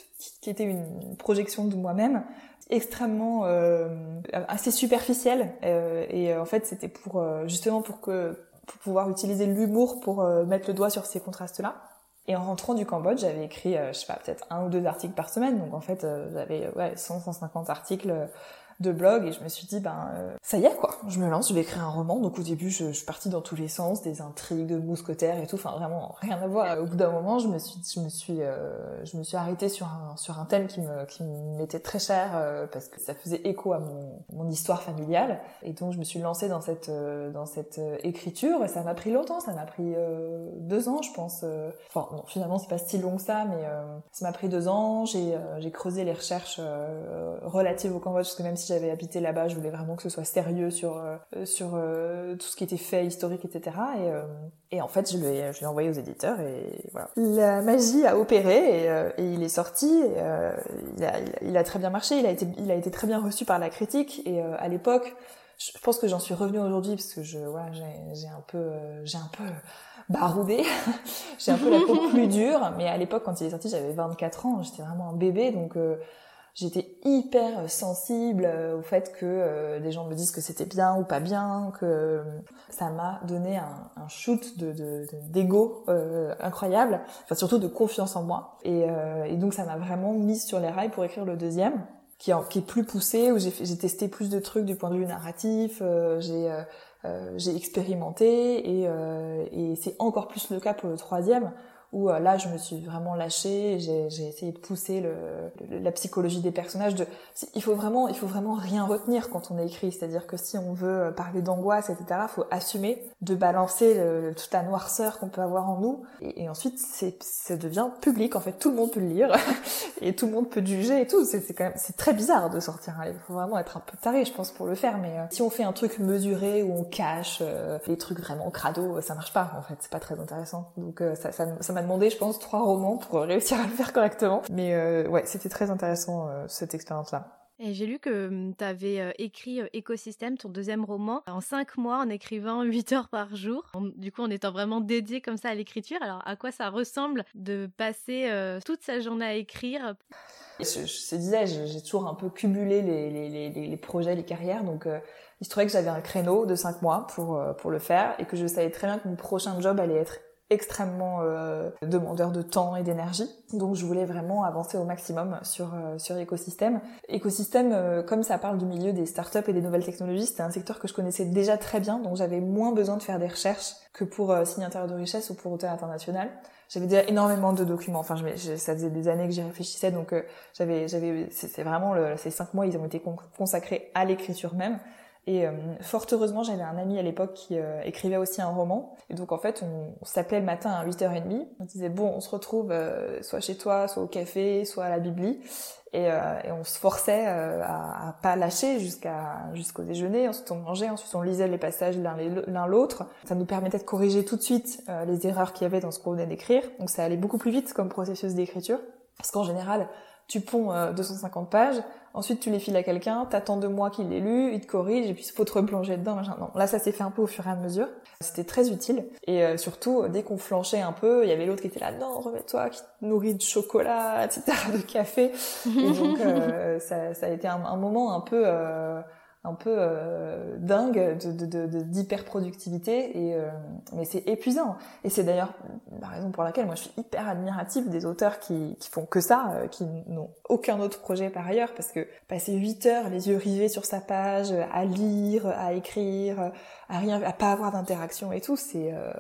qui était une projection de moi-même, extrêmement euh, assez superficielle. Euh, et en fait, c'était pour euh, justement pour que pour pouvoir utiliser l'humour pour euh, mettre le doigt sur ces contrastes-là. Et en rentrant du Cambodge, j'avais écrit, euh, je sais pas, peut-être un ou deux articles par semaine. Donc en fait, euh, j'avais ouais, cent à cent cinquante articles de blog et je me suis dit, ben euh, ça y est quoi, je me lance, je vais écrire un roman. Donc au début, je, je suis partie dans tous les sens, des intrigues, de mousquetaires et tout, enfin vraiment rien à voir. Au bout d'un moment, je me suis, je me suis, euh, je me suis arrêtée sur un sur un thème qui me qui m'était très cher euh, parce que ça faisait écho à mon mon histoire familiale. Et donc je me suis lancée dans cette euh, dans cette euh, écriture. Et ça m'a pris longtemps, ça m'a pris euh, deux ans, je pense. Euh... Enfin non, finalement c'est pas si long que ça, mais euh, ça m'a pris deux ans. J'ai euh, j'ai creusé les recherches euh, relatives au Cambodge parce que même si j'avais habité là-bas, je voulais vraiment que ce soit sérieux sur euh, sur euh, tout ce qui était fait, historique, et cetera. Et, euh, et en fait, je l'ai, je l'ai envoyé aux éditeurs et voilà. La magie a opéré et, euh, et il est sorti. Et, euh, il, a, il, a, il a très bien marché. Il a été, il a été très bien reçu par la critique. Et euh, à l'époque, je pense que j'en suis revenue aujourd'hui parce que je, ouais, j'ai, j'ai un peu, euh, j'ai un peu baroudé. J'ai un peu la peau plus dure. Mais à l'époque, quand il est sorti, j'avais vingt-quatre ans. J'étais vraiment un bébé, donc. Euh, J'étais hyper sensible au fait que euh, des gens me disent que c'était bien ou pas bien, que euh, ça m'a donné un, un shoot de, de, de d'ego euh, incroyable, enfin surtout de confiance en moi. Et, euh, et donc ça m'a vraiment mise sur les rails pour écrire le deuxième, qui est, qui est plus poussé, où j'ai, fait, j'ai testé plus de trucs du point de vue narratif, euh, j'ai, euh, euh, j'ai expérimenté, et, euh, et c'est encore plus le cas pour le troisième, où euh, là je me suis vraiment lâchée, j'ai, j'ai essayé de pousser le, le, la psychologie des personnages. De, il faut vraiment, il faut vraiment rien retenir quand on écrit, c'est-à-dire que si on veut parler d'angoisse, et cetera, faut assumer de balancer le, toute la noirceur qu'on peut avoir en nous, et, et ensuite c'est, ça devient public. En fait, tout le monde peut le lire et tout le monde peut juger et tout. C'est, c'est quand même, c'est très bizarre de sortir un livre. Il faut vraiment être un peu taré, je pense, pour le faire. Mais euh, si on fait un truc mesuré où on cache euh, les trucs vraiment crado, ça marche pas. En fait, c'est pas très intéressant. Donc euh, ça, ça, ça m'a demandé, je pense, trois romans pour réussir à le faire correctement. Mais euh, ouais, c'était très intéressant euh, cette expérience-là.
Et j'ai lu que tu avais écrit Écosystème, ton deuxième roman, en cinq mois en écrivant huit heures par jour. Du coup, en étant vraiment dédié comme ça à l'écriture. Alors, à quoi ça ressemble de passer euh, toute sa journée à écrire ?
Je, je te disais, j'ai toujours un peu cumulé les, les, les, les projets, les carrières. Donc, euh, il se trouvait que j'avais un créneau de cinq mois pour, euh, pour le faire et que je savais très bien que mon prochain job allait être extrêmement euh, demandeur de temps et d'énergie. Donc je voulais vraiment avancer au maximum sur euh, sur Écosystème. Écosystème, euh, comme ça parle du milieu des startups et des nouvelles technologies, c'était un secteur que je connaissais déjà très bien, donc j'avais moins besoin de faire des recherches que pour euh, Signe Intérieur de Richesse ou pour Auteur International. J'avais déjà énormément de documents. Enfin, je, je, ça faisait des années que j'y réfléchissais, donc euh, j'avais, j'avais, c'est, c'est vraiment le, ces cinq mois, ils ont été con- consacrés à l'écriture même. Et euh, fort heureusement, j'avais un ami à l'époque qui euh, écrivait aussi un roman. Et donc en fait, on, on s'appelait le matin à huit heures trente. On disait bon, on se retrouve euh, soit chez toi, soit au café, soit à la bibli. Et, euh, et on se forçait euh, à, à pas lâcher jusqu'à jusqu'au déjeuner. Ensuite on mangeait, ensuite on lisait les passages l'un, l'un l'autre. Ça nous permettait de corriger tout de suite euh, les erreurs qu'il y avait dans ce qu'on venait d'écrire. Donc ça allait beaucoup plus vite comme processus d'écriture. Parce qu'en général, tu ponds euh, deux cent cinquante pages, ensuite tu les files à quelqu'un, t'attends deux mois qu'il les lu, il te corrige, et puis il faut te replonger dedans, machin. Non, là ça s'est fait un peu au fur et à mesure. C'était très utile. Et euh, surtout, dès qu'on flanchait un peu, il y avait l'autre qui était là, non, remets-toi, qui te nourrit de chocolat, et cetera, de café. Et donc euh, ça, ça a été un, un moment un peu... Euh, un peu euh, dingue de, de, de, de, d'hyper-productivité, et, euh, mais c'est épuisant. Et c'est d'ailleurs la raison pour laquelle moi je suis hyper admirative des auteurs qui, qui font que ça, euh, qui n'ont aucun autre projet par ailleurs, parce que passer huit heures les yeux rivés sur sa page, à lire, à écrire, à rien, à pas avoir d'interaction et tout, c'est... Euh,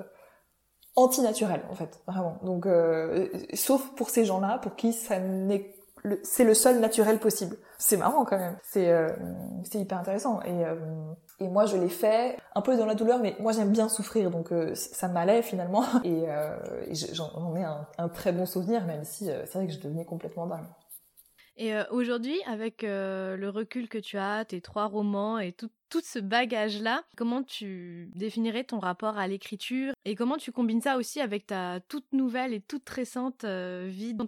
antinaturel en fait, vraiment. Donc, euh, sauf pour ces gens-là, pour qui ça n'est le, c'est le seul naturel possible. C'est marrant quand même. C'est, euh, c'est hyper intéressant. Et, euh, et moi, je l'ai fait un peu dans la douleur, mais moi, j'aime bien souffrir, donc euh, ça m'allait finalement. Et, euh, et j'en ai un, un très bon souvenir, même si euh, c'est vrai que je devenais complètement dingue.
Et euh, aujourd'hui, avec euh, le recul que tu as, tes trois romans et tout, tout ce bagage-là, comment tu définirais ton rapport à l'écriture et comment tu combines ça aussi avec ta toute nouvelle et toute récente euh, vie d'entrepreneuse ?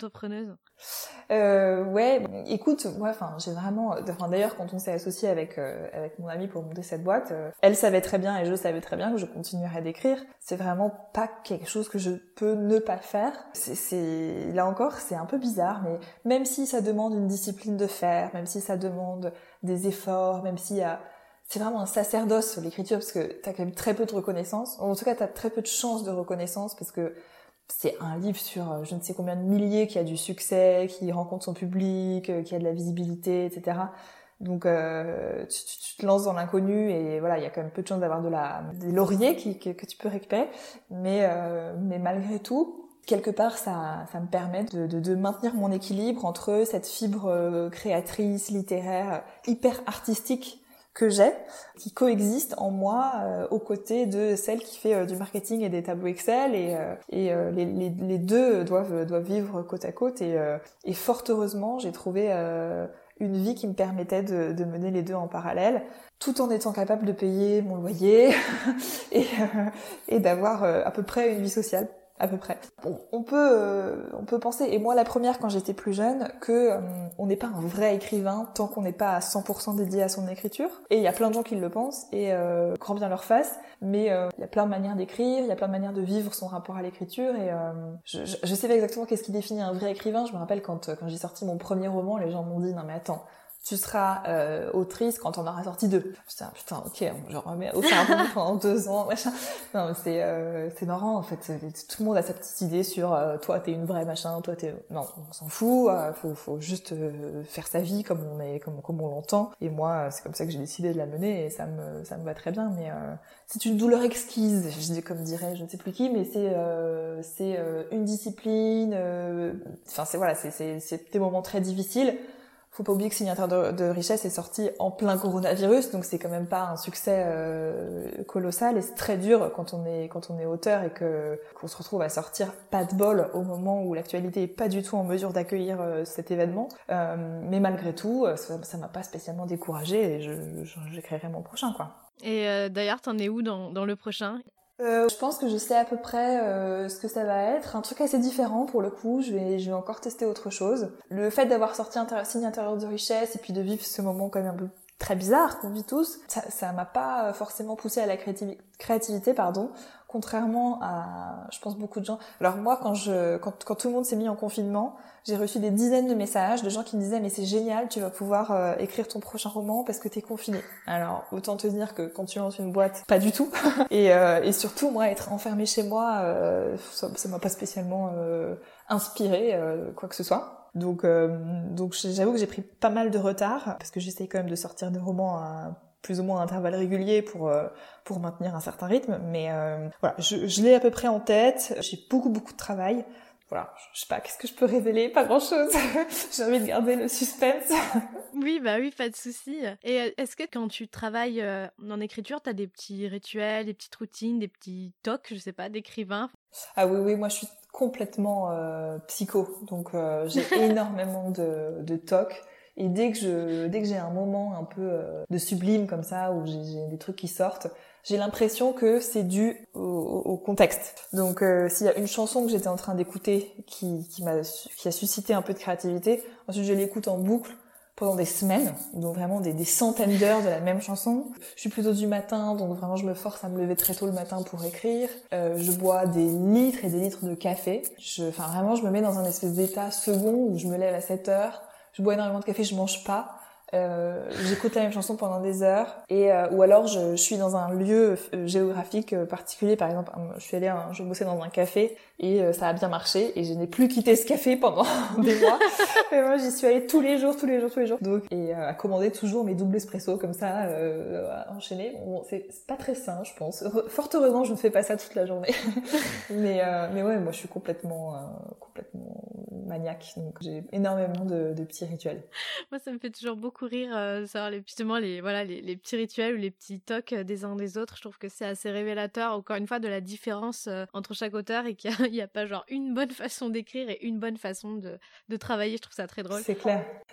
Euh, ouais, écoute, moi, enfin, j'ai vraiment, enfin, d'ailleurs, quand on s'est associé avec euh, avec mon amie pour monter cette boîte, euh, elle savait très bien et je savais très bien que je continuerais d'écrire. C'est vraiment pas quelque chose que je peux ne pas faire. C'est, c'est là encore, c'est un peu bizarre, mais même si ça demande une discipline de faire, même si ça demande des efforts, même s'il y a c'est vraiment un sacerdoce l'écriture parce que t'as quand même très peu de reconnaissance. En tout cas, t'as très peu de chances de reconnaissance parce que c'est un livre sur je ne sais combien de milliers qui a du succès, qui rencontre son public, qui a de la visibilité, et cetera. Donc euh, tu, tu, tu te lances dans l'inconnu et voilà, il y a quand même peu de chances d'avoir de la des lauriers qui, que, que tu peux récupérer. Mais euh, mais malgré tout, quelque part, ça ça me permet de, de, de maintenir mon équilibre entre cette fibre créatrice, littéraire, hyper artistique que j'ai, qui coexiste en moi euh, aux côtés de celle qui fait euh, du marketing et des tableaux Excel et, euh, et euh, les, les, les deux doivent, doivent vivre côte à côte et, euh, et fort heureusement j'ai trouvé euh, une vie qui me permettait de, de mener les deux en parallèle tout en étant capable de payer mon loyer et, euh, et d'avoir euh, à peu près une vie sociale. À peu près. Bon, on peut, euh, on peut penser, et moi la première quand j'étais plus jeune, que euh, on n'est pas un vrai écrivain tant qu'on n'est pas à cent pour cent dédié à son écriture. Et il y a plein de gens qui le pensent, et euh, grand bien leur face. Mais euh, il y a plein de manières d'écrire, il y a plein de manières de vivre son rapport à l'écriture. Et euh, je, je, je sais pas exactement qu'est-ce qui définit un vrai écrivain. Je me rappelle quand quand j'ai sorti mon premier roman, les gens m'ont dit non mais attends. Tu seras euh, autrice quand on aura sorti deux. Putain, putain, ok, je remets au cerveau pendant deux ans, machin. Non, mais c'est euh, c'est marrant en fait. Tout le monde a sa petite idée sur euh, toi t'es une vraie machin, toi t'es non, on s'en fout. Euh, faut faut juste euh, faire sa vie comme on est, comme comme on l'entend. Et moi, c'est comme ça que j'ai décidé de la mener et ça me ça me va très bien. Mais euh, c'est une douleur exquise, je dis comme dirait je ne sais plus qui, mais c'est euh, c'est euh, une discipline. Enfin euh, c'est voilà, c'est c'est c'est des moments très difficiles. Faut pas oublier que Signataire de, de richesse est sorti en plein coronavirus, donc c'est quand même pas un succès euh, colossal et c'est très dur quand on est quand on est auteur et que qu'on se retrouve à sortir pas de bol au moment où l'actualité est pas du tout en mesure d'accueillir euh, cet événement. Euh, mais malgré tout, ça, ça m'a pas spécialement découragée et je, je j'écrirai mon prochain quoi.
Et euh, d'ailleurs, t'en es où dans dans le prochain ?
Euh, je pense que je sais à peu près euh, ce que ça va être. Un truc assez différent pour le coup. Je vais, je vais encore tester autre chose. Le fait d'avoir sorti inter- Signe intérieur de richesse et puis de vivre ce moment quand même un peu très bizarre qu'on vit tous, ça, ça m'a pas forcément poussé à la créativité, créativité pardon. Contrairement à, je pense, beaucoup de gens. Alors moi, quand je, quand, quand tout le monde s'est mis en confinement, j'ai reçu des dizaines de messages de gens qui me disaient mais c'est génial, tu vas pouvoir euh, écrire ton prochain roman parce que t'es confiné. Alors autant te dire que quand tu lances une boîte, pas du tout. et, euh, et surtout moi, être enfermée chez moi, euh, ça, ça m'a pas spécialement euh, inspiré euh, quoi que ce soit. Donc, euh, donc j'avoue que j'ai pris pas mal de retard parce que j'essaye quand même de sortir des romans à plus ou moins à intervalles réguliers pour euh, pour maintenir un certain rythme. Mais euh, voilà, je, je l'ai à peu près en tête. J'ai beaucoup beaucoup de travail. Voilà, je sais pas, qu'est-ce que je peux révéler ? Pas grand-chose. J'ai envie de garder le suspense.
Oui, bah oui, pas de souci. Et est-ce que quand tu travailles euh, en écriture, t'as des petits rituels, des petites routines, des petits tocs, je sais pas, d'écrivain ?
Ah oui, oui, moi je suis complètement euh, psycho, donc euh, j'ai énormément de, de tocs. Et dès que je, dès que j'ai un moment un peu euh, de sublime comme ça, où j'ai, j'ai des trucs qui sortent, j'ai l'impression que c'est dû au, au contexte. Donc euh, s'il y a une chanson que j'étais en train d'écouter qui, qui m'a, qui a suscité un peu de créativité, ensuite je l'écoute en boucle pendant des semaines, donc vraiment des, des centaines d'heures de la même chanson. Je suis plutôt du matin, donc vraiment je me force à me lever très tôt le matin pour écrire. Euh, je bois des litres et des litres de café. Je, enfin vraiment, je me mets dans un espèce d'état second où je me lève à sept heures. Je bois énormément de café, je mange pas. Euh, j'écoute la même chanson pendant des heures et euh, ou alors je, je suis dans un lieu euh, géographique euh, particulier. Par exemple, je suis allée, un, je bossais dans un café et euh, ça a bien marché et je n'ai plus quitté ce café pendant des mois. Et moi, j'y suis allée tous les jours, tous les jours, tous les jours. Donc et euh, à commander toujours mes doubles espresso comme ça, euh, enchaînés. Bon, c'est, c'est pas très sain, je pense. Fort heureusement, je ne fais pas ça toute la journée. mais euh, mais ouais, moi, je suis complètement euh, complètement maniaque. Donc j'ai énormément de, de petits rituels.
Moi, ça me fait toujours beaucoup rire, euh, savoir les, justement les, voilà, les, les petits rituels ou les petits tocs des uns des autres. Je trouve que c'est assez révélateur, encore une fois, de la différence euh, entre chaque auteur et qu'il n'y a, a pas genre une bonne façon d'écrire et une bonne façon de, de travailler. Je trouve ça très drôle.
C'est clair.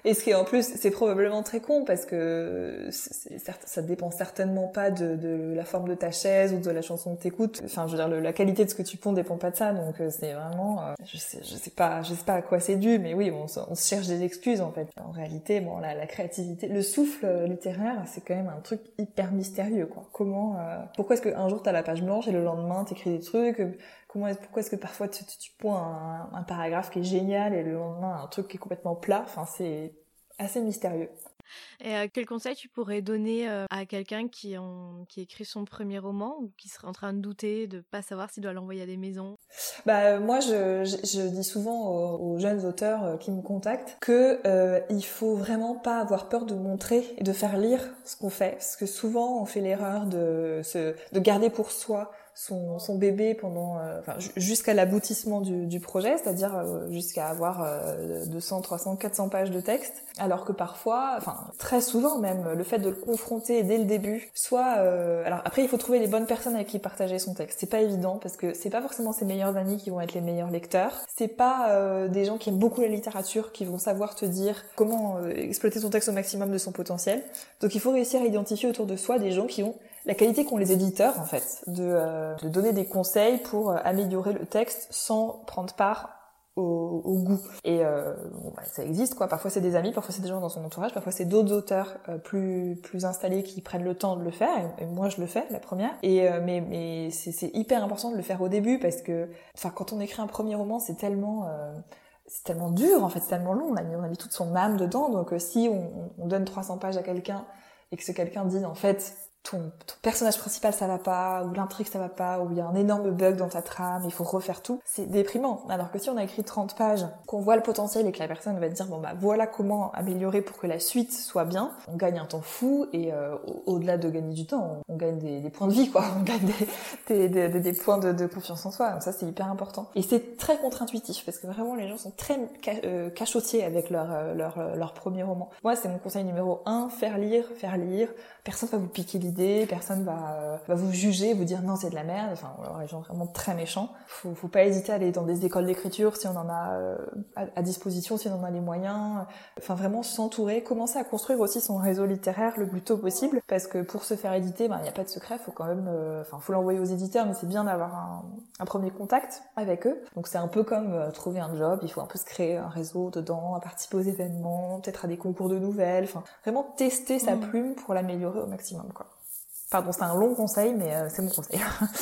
Et ce qui est en plus, c'est probablement très con parce que c'est, c'est, ça dépend certainement pas de, de la forme de ta chaise ou de la chanson que t'écoutes. Enfin, je veux dire, le, la qualité de ce que tu ponds dépend pas de ça, donc c'est vraiment, euh, je sais, je sais pas, je sais pas à quoi c'est dû, mais oui, on, on se cherche des excuses en fait. En réalité, bon, la, la créativité, le souffle littéraire, c'est quand même un truc hyper mystérieux, quoi. Comment, euh, pourquoi est-ce qu'un jour t'as la page blanche et le lendemain t'écris des trucs? Comment est, pourquoi est-ce que parfois tu, tu, tu ponds un, un paragraphe qui est génial et le lendemain un truc qui est complètement plat? Enfin, c'est assez mystérieux.
Et euh, quel conseil tu pourrais donner euh, à quelqu'un qui, en, qui écrit son premier roman ou qui serait en train de douter, de pas savoir s'il doit l'envoyer à des maisons?
Bah moi, je, je, je dis souvent aux, aux jeunes auteurs qui me contactent que euh, il faut vraiment pas avoir peur de montrer et de faire lire ce qu'on fait, parce que souvent on fait l'erreur de se, de garder pour soi son, son bébé pendant, euh, enfin, jusqu'à l'aboutissement du, du projet, c'est-à-dire euh, jusqu'à avoir euh, deux cents, trois cents, quatre cents pages de texte, alors que parfois, enfin très souvent même, le fait de le confronter dès le début, soit, euh, alors après il faut trouver les bonnes personnes avec qui partager son texte, c'est pas évident parce que c'est pas forcément ses meilleurs amis qui vont être les meilleurs lecteurs, c'est pas euh, des gens qui aiment beaucoup la littérature qui vont savoir te dire comment euh, exploiter ton texte au maximum de son potentiel, donc il faut réussir à identifier autour de soi des gens qui ont la qualité qu'ont les éditeurs, en fait, de, euh, de donner des conseils pour euh, améliorer le texte sans prendre part au, au goût. Et euh, bon, bah, ça existe, quoi. Parfois c'est des amis, parfois c'est des gens dans son entourage, parfois c'est d'autres auteurs euh, plus plus installés qui prennent le temps de le faire. Et, et moi, je le fais, la première. Et euh, mais mais c'est, c'est hyper important de le faire au début parce que, enfin, quand on écrit un premier roman, c'est tellement euh, c'est tellement dur, en fait, c'est tellement long. On a mis on a mis toute son âme dedans. Donc euh, si on, on donne trois cents pages à quelqu'un et que ce quelqu'un dit, en fait, Ton, ton personnage principal ça va pas, ou l'intrigue ça va pas, ou il y a un énorme bug dans ta trame, il faut refaire tout, c'est déprimant. Alors que si on a écrit trente pages, qu'on voit le potentiel et que la personne va te dire bon bah voilà comment améliorer pour que la suite soit bien, on gagne un temps fou et euh, au-delà de gagner du temps, on, on gagne des, des points de vie quoi, on gagne des, des, des, des points de, de confiance en soi, donc ça c'est hyper important. Et c'est très contre-intuitif parce que vraiment les gens sont très ca- euh, cachotiers avec leur, euh, leur, euh, leur premier roman. Moi c'est mon conseil numéro un, faire lire, faire lire, personne va vous piquer l'idée, personne va, euh, va vous juger, vous dire non c'est de la merde, enfin alors les gens vraiment très méchants. Faut, faut pas hésiter à aller dans des écoles d'écriture si on en a euh, à, à disposition, si on en a les moyens. Enfin vraiment s'entourer, commencer à construire aussi son réseau littéraire le plus tôt possible, parce que pour se faire éditer, ben il y a pas de secret, faut quand même, euh, enfin faut l'envoyer aux éditeurs, mais c'est bien d'avoir un, un premier contact avec eux. Donc c'est un peu comme euh, trouver un job, il faut un peu se créer un réseau dedans, à participer aux événements, peut-être à des concours de nouvelles, enfin vraiment tester sa plume pour l'améliorer au maximum quoi. Pardon, c'est un long conseil, mais euh, c'est mon conseil.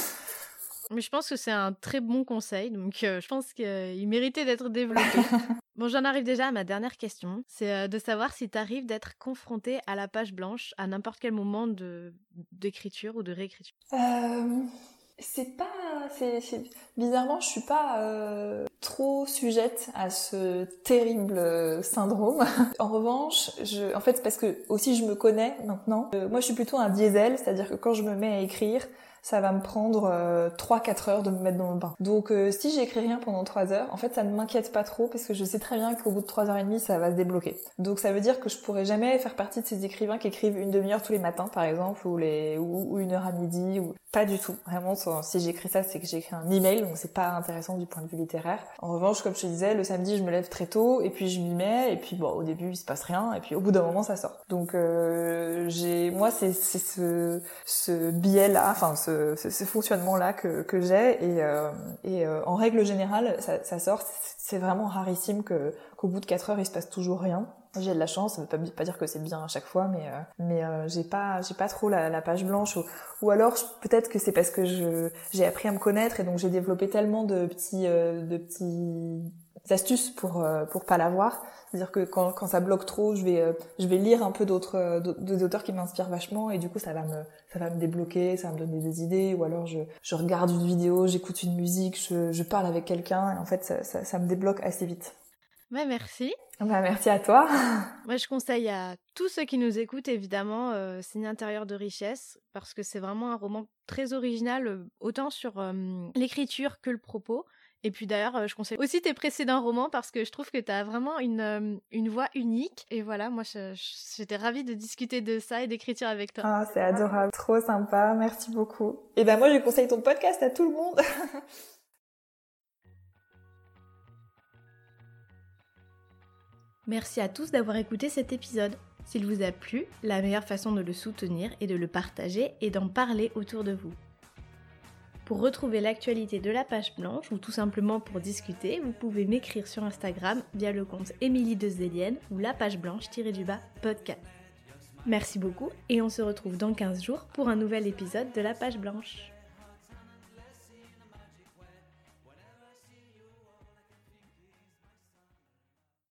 Mais je pense que c'est un très bon conseil, donc euh, je pense qu'il méritait d'être développé. Bon, j'en arrive déjà à ma dernière question, c'est euh, de savoir si tu arrives d'être confronté à la page blanche à n'importe quel moment de d'écriture ou de réécriture.
Euh, c'est pas, c'est, c'est bizarrement, je suis pas euh, trop sujette à ce terrible syndrome. En revanche, je, en fait, c'est parce que aussi je me connais maintenant. Euh, moi, je suis plutôt un diesel, c'est-à-dire que quand je me mets à écrire, ça va me prendre euh, trois quatre heures de me mettre dans le bain. Donc euh, si j'écris rien pendant trois heures, en fait ça ne m'inquiète pas trop parce que je sais très bien qu'au bout de trois heures et demie ça va se débloquer. Donc ça veut dire que je pourrais jamais faire partie de ces écrivains qui écrivent une demi-heure tous les matins par exemple, ou, les, ou, ou une heure à midi, ou pas du tout. Vraiment, si j'écris ça, c'est que j'ai écrit un email, donc c'est pas intéressant du point de vue littéraire. En revanche, comme je te disais, le samedi je me lève très tôt et puis je m'y mets et puis bon au début il se passe rien et puis au bout d'un moment ça sort. Donc euh, j'ai, moi c'est, c'est ce, ce biais là, enfin ce Ce, ce, ce fonctionnement-là que, que j'ai et, euh, et euh, en règle générale ça, ça sort, c'est vraiment rarissime que, qu'au bout de quatre heures il se passe toujours rien. J'ai de la chance, ça veut pas, pas dire que c'est bien à chaque fois, mais, euh, mais euh, j'ai pas, j'ai pas trop la, la page blanche ou, ou alors peut-être que c'est parce que je, j'ai appris à me connaître et donc j'ai développé tellement de petits, euh, de petits astuces pour, euh, pour pas l'avoir. C'est-à-dire que quand, quand ça bloque trop, je vais, euh, je vais lire un peu d'autres, euh, d'autres auteurs qui m'inspirent vachement et du coup ça va me, ça va me débloquer, ça va me donner des idées ou alors je, je regarde une vidéo, j'écoute une musique, je, je parle avec quelqu'un et en fait ça, ça, ça me débloque assez vite.
Ouais, merci.
Bah, merci à toi.
Moi, je conseille à tous ceux qui nous écoutent, évidemment, euh, Signe intérieur de richesse, parce que c'est vraiment un roman très original, euh, autant sur euh, l'écriture que le propos. Et puis d'ailleurs, euh, je conseille aussi tes précédents romans, parce que je trouve que tu as vraiment une, euh, une voix unique. Et voilà, moi, je, je, j'étais ravie de discuter de ça et d'écriture avec toi.
Ah, c'est adorable, trop sympa, merci beaucoup. Et ben moi, je conseille ton podcast à tout le monde.
Merci à tous d'avoir écouté cet épisode. S'il vous a plu, la meilleure façon de le soutenir et de le partager est d'en parler autour de vous. Pour retrouver l'actualité de la page blanche ou tout simplement pour discuter, vous pouvez m'écrire sur Instagram via le compte Émilie de Zélienne ou la page blanche-du-bas podcast. Merci beaucoup et on se retrouve dans quinze jours pour un nouvel épisode de la page blanche.